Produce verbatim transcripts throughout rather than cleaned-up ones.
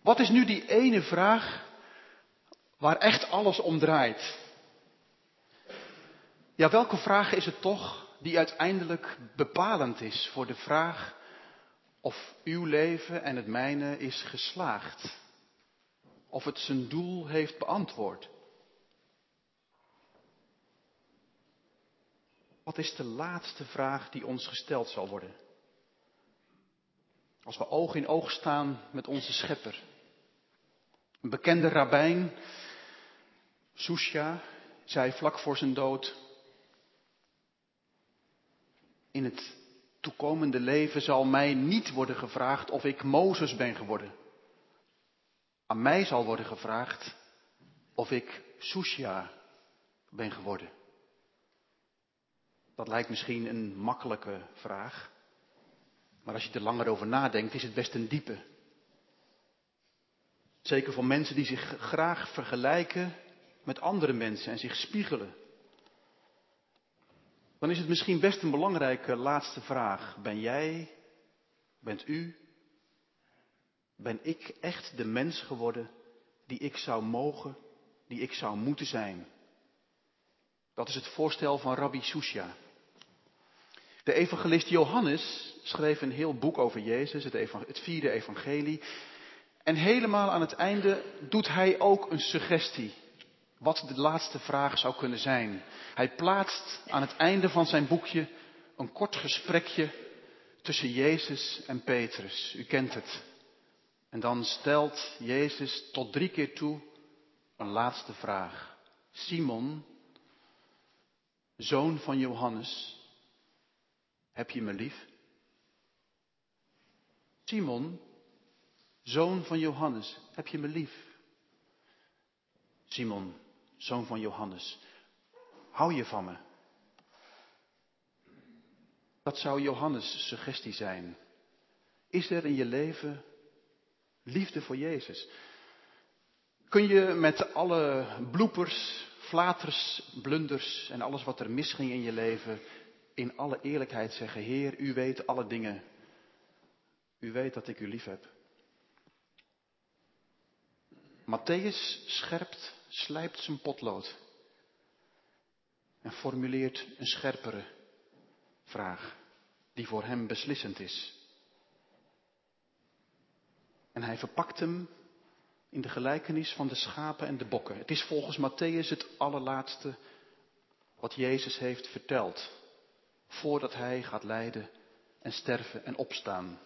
Wat is nu die ene vraag waar echt alles om draait? Ja, welke vraag is het toch die uiteindelijk bepalend is voor de vraag of uw leven en het mijne is geslaagd? Of het zijn doel heeft beantwoord? Wat is de laatste vraag die ons gesteld zal worden? Als we oog in oog staan met onze schepper. Een bekende rabbijn, Susha, zei vlak voor zijn dood: in het toekomende leven zal mij niet worden gevraagd of ik Mozes ben geworden. Aan mij zal worden gevraagd of ik Susha ben geworden. Dat lijkt misschien een makkelijke vraag. Maar als je er langer over nadenkt, is het best een diepe. Zeker voor mensen die zich graag vergelijken met andere mensen en zich spiegelen. Dan is het misschien best een belangrijke laatste vraag. Ben jij, bent u, ben ik echt de mens geworden die ik zou mogen, die ik zou moeten zijn? Dat is het voorstel van Rabbi Susha. De evangelist Johannes schreef een heel boek over Jezus, het, evan- het vierde evangelie. En helemaal aan het einde doet hij ook een suggestie. Wat de laatste vraag zou kunnen zijn. Hij plaatst aan het einde van zijn boekje een kort gesprekje tussen Jezus en Petrus. U kent het. En dan stelt Jezus tot drie keer toe een laatste vraag. Simon, zoon van Johannes, heb je me lief? Simon, zoon van Johannes, heb je me lief? Simon, zoon van Johannes, hou je van me? Dat zou Johannes' suggestie zijn. Is er in je leven liefde voor Jezus? Kun je met alle bloepers, flaters, blunders en alles wat er misging in je leven in alle eerlijkheid zeggen: Heer, u weet alle dingen. U weet dat ik u lief heb. Mattheüs scherpt, slijpt zijn potlood en formuleert een scherpere vraag die voor hem beslissend is. En hij verpakt hem in de gelijkenis van de schapen en de bokken. Het is volgens Mattheüs het allerlaatste wat Jezus heeft verteld, voordat hij gaat lijden en sterven en opstaan.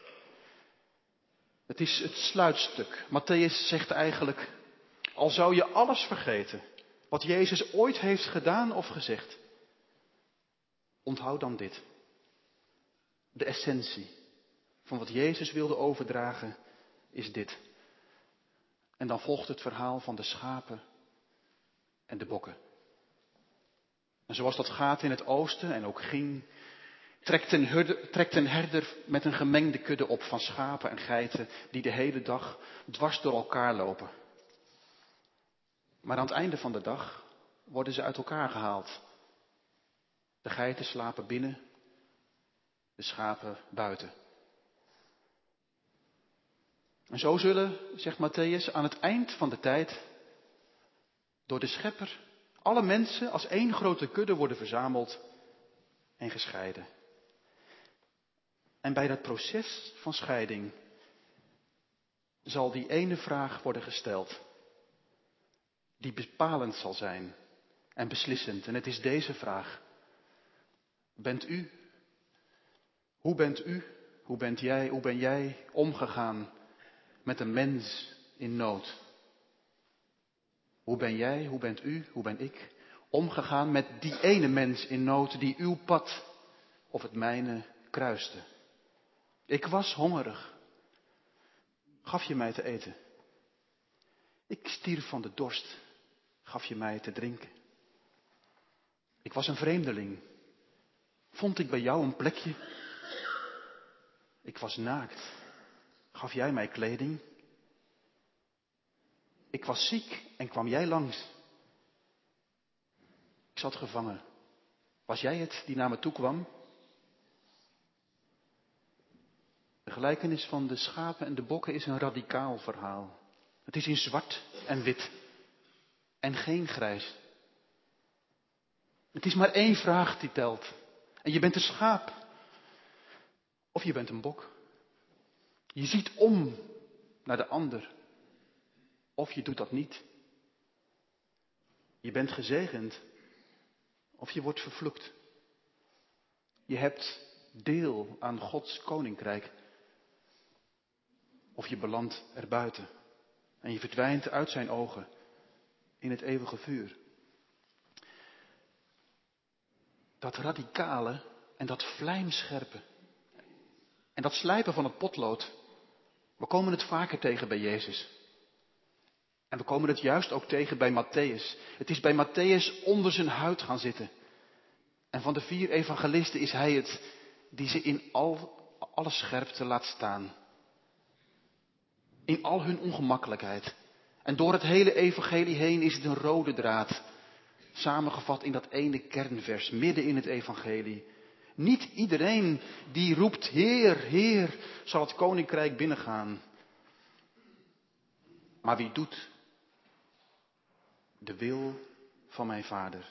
Het is het sluitstuk. Mattheüs zegt eigenlijk: al zou je alles vergeten wat Jezus ooit heeft gedaan of gezegd, onthoud dan dit. De essentie van wat Jezus wilde overdragen is dit. En dan volgt het verhaal van de schapen en de bokken. En zoals dat gaat in het oosten en ook ging, trekt een, herder, trekt een herder met een gemengde kudde op van schapen en geiten die de hele dag dwars door elkaar lopen. Maar aan het einde van de dag worden ze uit elkaar gehaald. De geiten slapen binnen, de schapen buiten. En zo zullen, zegt Mattheüs, aan het eind van de tijd door de schepper alle mensen als één grote kudde worden verzameld en gescheiden. En bij dat proces van scheiding zal die ene vraag worden gesteld, die bepalend zal zijn en beslissend. En het is deze vraag: bent u, hoe bent u, hoe bent jij, hoe ben jij omgegaan met een mens in nood? Hoe ben jij, hoe bent u, hoe ben ik omgegaan met die ene mens in nood die uw pad of het mijne kruiste? Ik was hongerig. Gaf je mij te eten? Ik stierf van de dorst. Gaf je mij te drinken? Ik was een vreemdeling. Vond ik bij jou een plekje? Ik was naakt. Gaf jij mij kleding? Ik was ziek en kwam jij langs. Ik zat gevangen. Was jij het die naar me toe kwam? De gelijkenis van de schapen en de bokken is een radicaal verhaal. Het is in zwart en wit en geen grijs. Het is maar één vraag die telt. En je bent een schaap of je bent een bok. Je ziet om naar de ander of je doet dat niet. Je bent gezegend of je wordt vervloekt. Je hebt deel aan Gods koninkrijk of je belandt erbuiten en je verdwijnt uit zijn ogen in het eeuwige vuur. Dat radicale en dat vlijmscherpe en dat slijpen van het potlood, we komen het vaker tegen bij Jezus. En we komen het juist ook tegen bij Matthäus. Het is bij Matthäus onder zijn huid gaan zitten. En van de vier evangelisten is hij het die ze in al, alle scherpte laat staan. In al hun ongemakkelijkheid. En door het hele evangelie heen is het een rode draad. Samengevat in dat ene kernvers, midden in het evangelie. Niet iedereen die roept, Heer, Heer, zal het koninkrijk binnengaan. Maar wie doet de wil van mijn Vader.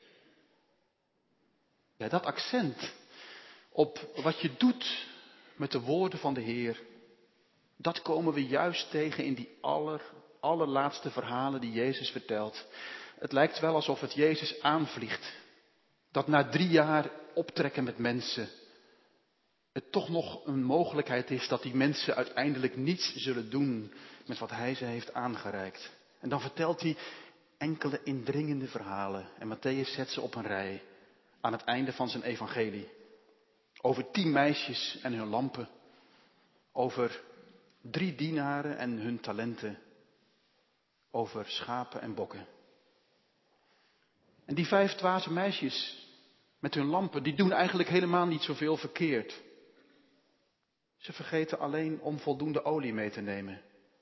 Ja, dat accent op wat je doet met de woorden van de Heer, dat komen we juist tegen in die aller, allerlaatste verhalen die Jezus vertelt. Het lijkt wel alsof het Jezus aanvliegt. Dat na drie jaar optrekken met mensen, het toch nog een mogelijkheid is dat die mensen uiteindelijk niets zullen doen met wat hij ze heeft aangereikt. En dan vertelt hij enkele indringende verhalen. En Matthäus zet ze op een rij aan het einde van zijn evangelie. Over tien meisjes en hun lampen. Over drie dienaren en hun talenten. Over schapen en bokken. En die vijf dwaze meisjes met hun lampen, die doen eigenlijk helemaal niet zoveel verkeerd. Ze vergeten alleen om voldoende olie mee te nemen.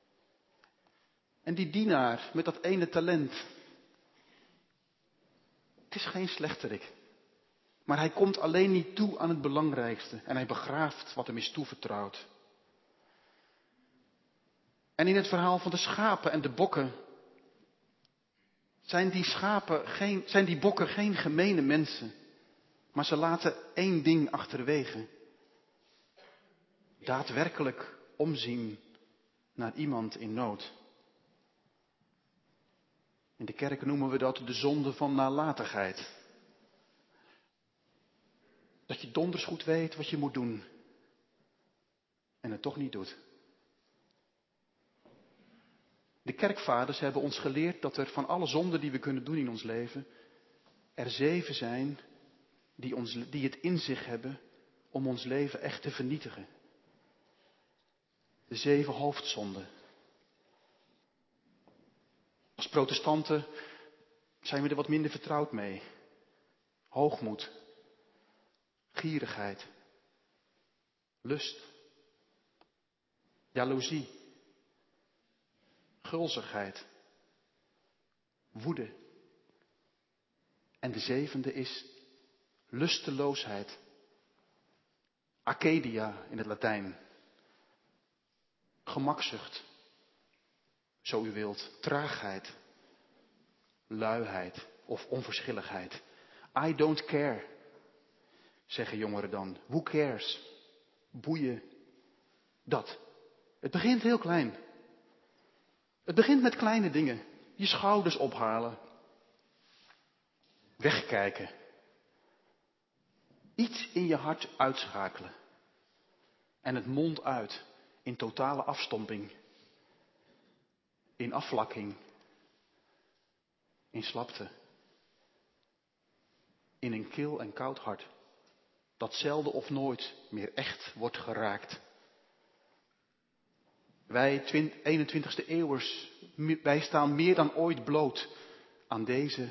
En die dienaar met dat ene talent. Het is geen slechterik. Maar hij komt alleen niet toe aan het belangrijkste. En hij begraaft wat hem is toevertrouwd. En in het verhaal van de schapen en de bokken. Zijn die schapen geen, zijn die bokken geen gemene mensen. Maar ze laten één ding achterwege. Daadwerkelijk omzien naar iemand in nood. In de kerk noemen we dat de zonde van nalatigheid. Dat je donders goed weet wat je moet doen. En het toch niet doet. De kerkvaders hebben ons geleerd dat er van alle zonden die we kunnen doen in ons leven, er zeven zijn die, ons, die het in zich hebben om ons leven echt te vernietigen. De zeven hoofdzonden. Als protestanten zijn we er wat minder vertrouwd mee. Hoogmoed, gierigheid, lust, jaloezie, gulzigheid, woede. En de zevende is lusteloosheid. Acedia in het Latijn. Gemakzucht, zo u wilt, traagheid, luiheid of onverschilligheid. I don't care, zeggen jongeren dan. Who cares? Boeien, dat. Het begint heel klein. Het begint met kleine dingen. Je schouders ophalen. Wegkijken. Iets in je hart uitschakelen. En het mondt uit in totale afstomping. In afvlakking. In slapte. In een kil en koud hart. Dat zelden of nooit meer echt wordt geraakt. Wij eenentwintigste eeuwers, wij staan meer dan ooit bloot aan deze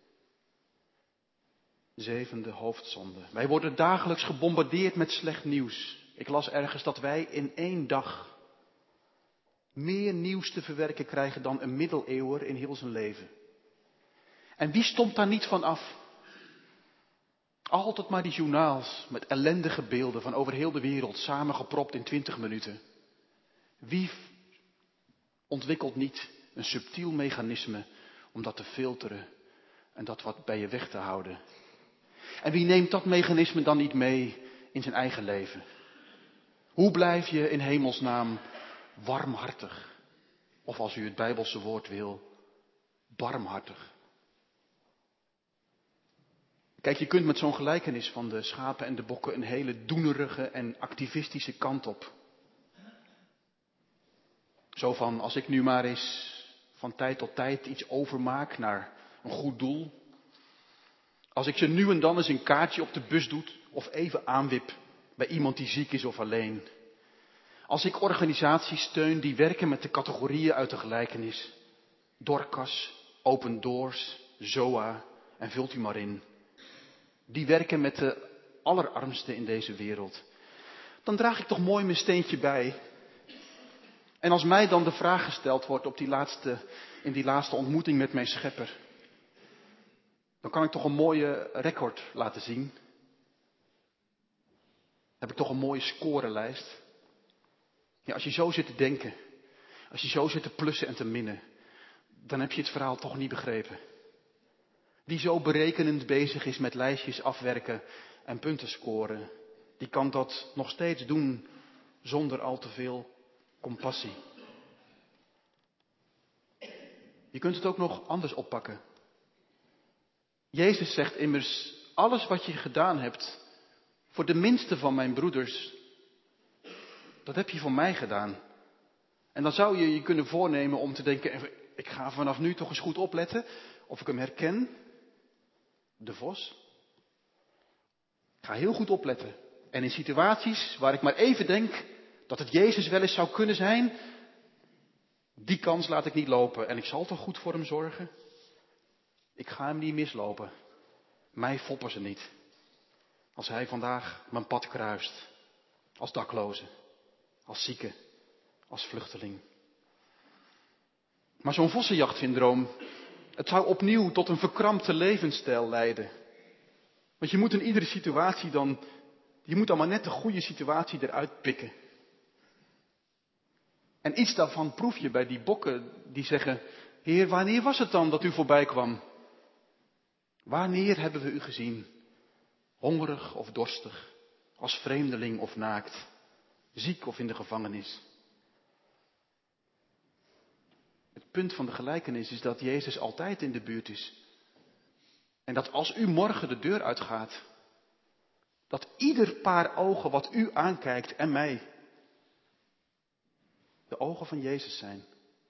zevende hoofdzonde. Wij worden dagelijks gebombardeerd met slecht nieuws. Ik las ergens dat wij in één dag meer nieuws te verwerken krijgen dan een middeleeuwer in heel zijn leven. En wie stond daar niet van af? Altijd maar die journaals met ellendige beelden van over heel de wereld samengepropt in twintig minuten. Wie ontwikkelt niet een subtiel mechanisme om dat te filteren en dat wat bij je weg te houden? En wie neemt dat mechanisme dan niet mee in zijn eigen leven? Hoe blijf je in hemelsnaam warmhartig? Of als u het Bijbelse woord wil, barmhartig. Kijk, je kunt met zo'n gelijkenis van de schapen en de bokken een hele doenerige en activistische kant op. Zo van, als ik nu maar eens van tijd tot tijd iets overmaak naar een goed doel. Als ik ze nu en dan eens een kaartje op de bus doe of even aanwip bij iemand die ziek is of alleen. Als ik organisaties steun die werken met de categorieën uit de gelijkenis. Dorcas, Open Doors, Zoa en vult u maar in. Die werken met de allerarmsten in deze wereld. Dan draag ik toch mooi mijn steentje bij. En als mij dan de vraag gesteld wordt op die laatste, in die laatste ontmoeting met mijn schepper. Dan kan ik toch een mooie record laten zien. Heb ik toch een mooie scorelijst. Ja, als je zo zit te denken. Als je zo zit te plussen en te minnen. Dan heb je het verhaal toch niet begrepen. Die zo berekenend bezig is met lijstjes afwerken en punten scoren. Die kan dat nog steeds doen zonder al te veel compassie. Je kunt het ook nog anders oppakken. Jezus zegt immers, alles wat je gedaan hebt voor de minste van mijn broeders, dat heb je voor mij gedaan. En dan zou je je kunnen voornemen om te denken, ik ga vanaf nu toch eens goed opletten of ik hem herken. De vos. Ik ga heel goed opletten. En in situaties waar ik maar even denk dat het Jezus wel eens zou kunnen zijn, die kans laat ik niet lopen. En ik zal toch goed voor hem zorgen. Ik ga hem niet mislopen. Mij foppen ze niet. Als hij vandaag mijn pad kruist. Als dakloze. Als zieke. Als vluchteling. Maar zo'n vossenjachtsyndroom, het zou opnieuw tot een verkrampte levensstijl leiden. Want je moet in iedere situatie dan, je moet dan maar net de goede situatie eruit pikken. En iets daarvan proef je bij die bokken die zeggen, Heer, wanneer was het dan dat u voorbij kwam? Wanneer hebben we u gezien? Hongerig of dorstig, als vreemdeling of naakt, ziek of in de gevangenis. Het punt van de gelijkenis is dat Jezus altijd in de buurt is. En dat als u morgen de deur uitgaat, dat ieder paar ogen wat u aankijkt en mij, de ogen van Jezus zijn.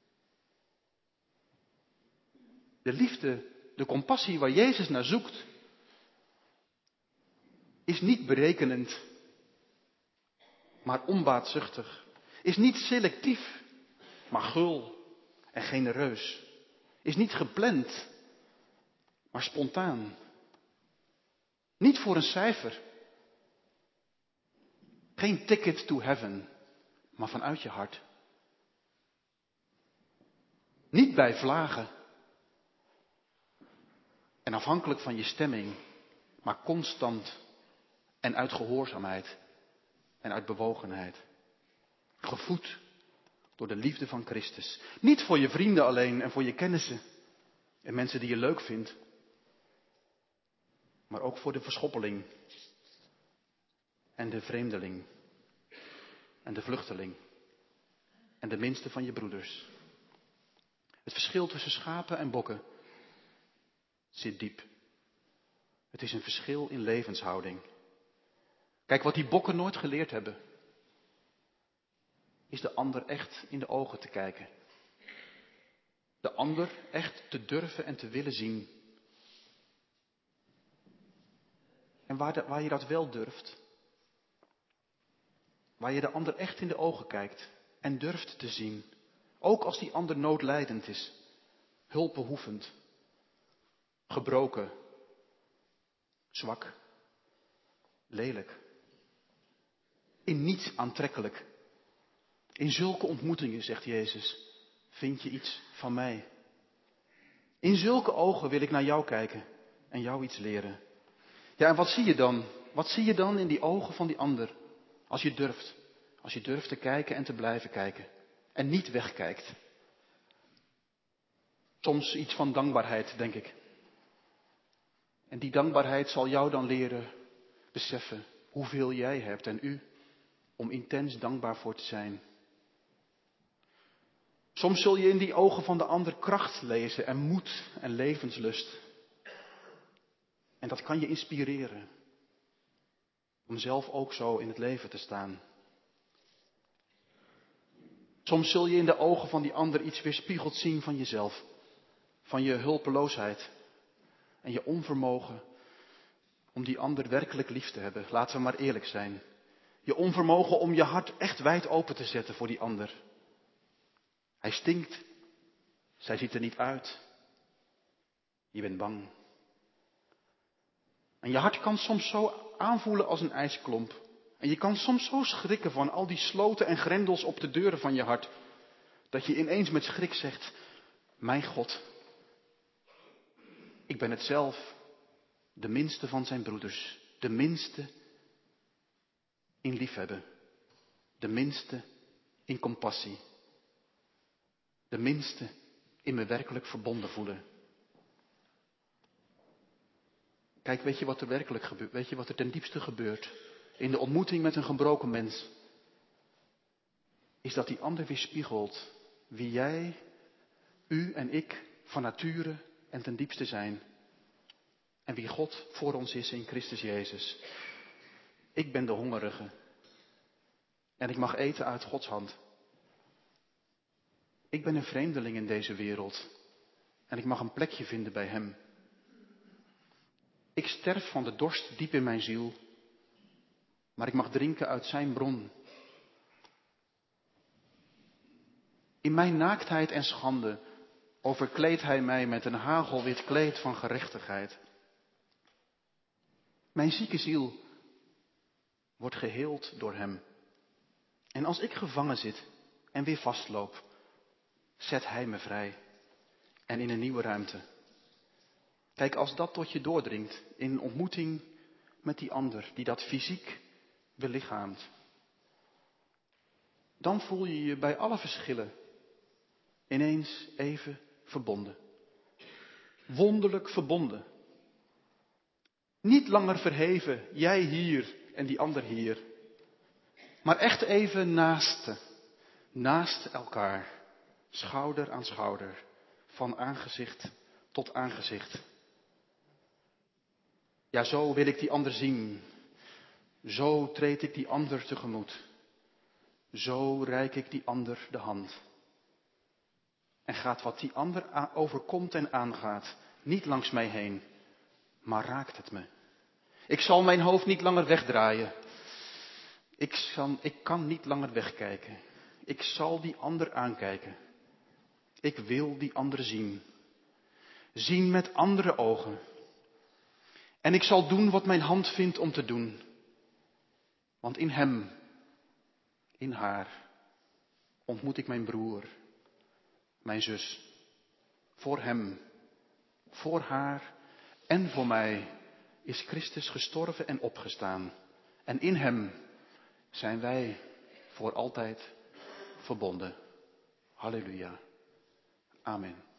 De liefde, de compassie waar Jezus naar zoekt, is niet berekenend, maar onbaatzuchtig. Is niet selectief, maar gul en genereus. Is niet gepland, maar spontaan. Niet voor een cijfer. Geen ticket to heaven, maar vanuit je hart. Niet bij vlagen. En afhankelijk van je stemming, maar constant en uit gehoorzaamheid en uit bewogenheid. Gevoed door de liefde van Christus. Niet voor je vrienden alleen en voor je kennissen en mensen die je leuk vindt. Maar ook voor de verschoppeling en de vreemdeling en de vluchteling en de minste van je broeders. Het verschil tussen schapen en bokken zit diep. Het is een verschil in levenshouding. Kijk, wat die bokken nooit geleerd hebben, is de ander echt in de ogen te kijken. De ander echt te durven en te willen zien. En waar, de, waar je dat wel durft, waar je de ander echt in de ogen kijkt en durft te zien, ook als die ander noodlijdend is, hulpbehoevend, gebroken, zwak, lelijk, in niets aantrekkelijk. In zulke ontmoetingen, zegt Jezus, vind je iets van mij. In zulke ogen wil ik naar jou kijken en jou iets leren. Ja, en wat zie je dan? Wat zie je dan in die ogen van die ander? Als je durft. Als je durft te kijken en te blijven kijken. En niet wegkijkt. Soms iets van dankbaarheid, denk ik. En die dankbaarheid zal jou dan leren beseffen hoeveel jij hebt en u. Om intens dankbaar voor te zijn. Soms zul je in die ogen van de ander kracht lezen en moed en levenslust. En dat kan je inspireren. Om zelf ook zo in het leven te staan. Soms zul je in de ogen van die ander iets weerspiegeld zien van jezelf. Van je hulpeloosheid. En je onvermogen om die ander werkelijk lief te hebben. Laten we maar eerlijk zijn. Je onvermogen om je hart echt wijd open te zetten voor die ander. Hij stinkt. Zij ziet er niet uit. Je bent bang. En je hart kan soms zo aanvoelen als een ijsklomp. En je kan soms zo schrikken van al die sloten en grendels op de deuren van je hart. Dat je ineens met schrik zegt, mijn God, ik ben het zelf, de minste van zijn broeders. De minste in liefhebben. De minste in compassie. De minste in me werkelijk verbonden voelen. Kijk, weet je wat er werkelijk gebeurt? Weet je wat er ten diepste gebeurt? In de ontmoeting met een gebroken mens. Is dat die ander weerspiegelt wie jij, u en ik van nature en ten diepste zijn. En wie God voor ons is in Christus Jezus. Ik ben de hongerige. En ik mag eten uit Gods hand. Ik ben een vreemdeling in deze wereld. En ik mag een plekje vinden bij Hem. Ik sterf van de dorst diep in mijn ziel. Maar ik mag drinken uit zijn bron. In mijn naaktheid en schande overkleedt Hij mij met een hagelwit kleed van gerechtigheid. Mijn zieke ziel wordt geheeld door Hem. En als ik gevangen zit en weer vastloop, zet Hij me vrij en in een nieuwe ruimte. Kijk, als dat tot je doordringt in een ontmoeting met die ander die dat fysiek belichaamt, dan voel je je bij alle verschillen ineens even verbonden. Wonderlijk verbonden. Niet langer verheven, jij hier en die ander hier. Maar echt even naaste, naast elkaar, schouder aan schouder, van aangezicht tot aangezicht. Ja, zo wil ik die ander zien. Zo treed ik die ander tegemoet. Zo reik ik die ander de hand. En gaat wat die ander overkomt en aangaat, niet langs mij heen, maar raakt het me. Ik zal mijn hoofd niet langer wegdraaien. Ik, zal, ik kan niet langer wegkijken. Ik zal die ander aankijken. Ik wil die ander zien. Zien met andere ogen. En ik zal doen wat mijn hand vindt om te doen. Want in hem, in haar, ontmoet ik mijn broer, mijn zus. Voor hem, voor haar en voor mij is Christus gestorven en opgestaan. En in hem zijn wij voor altijd verbonden. Halleluja. Amen.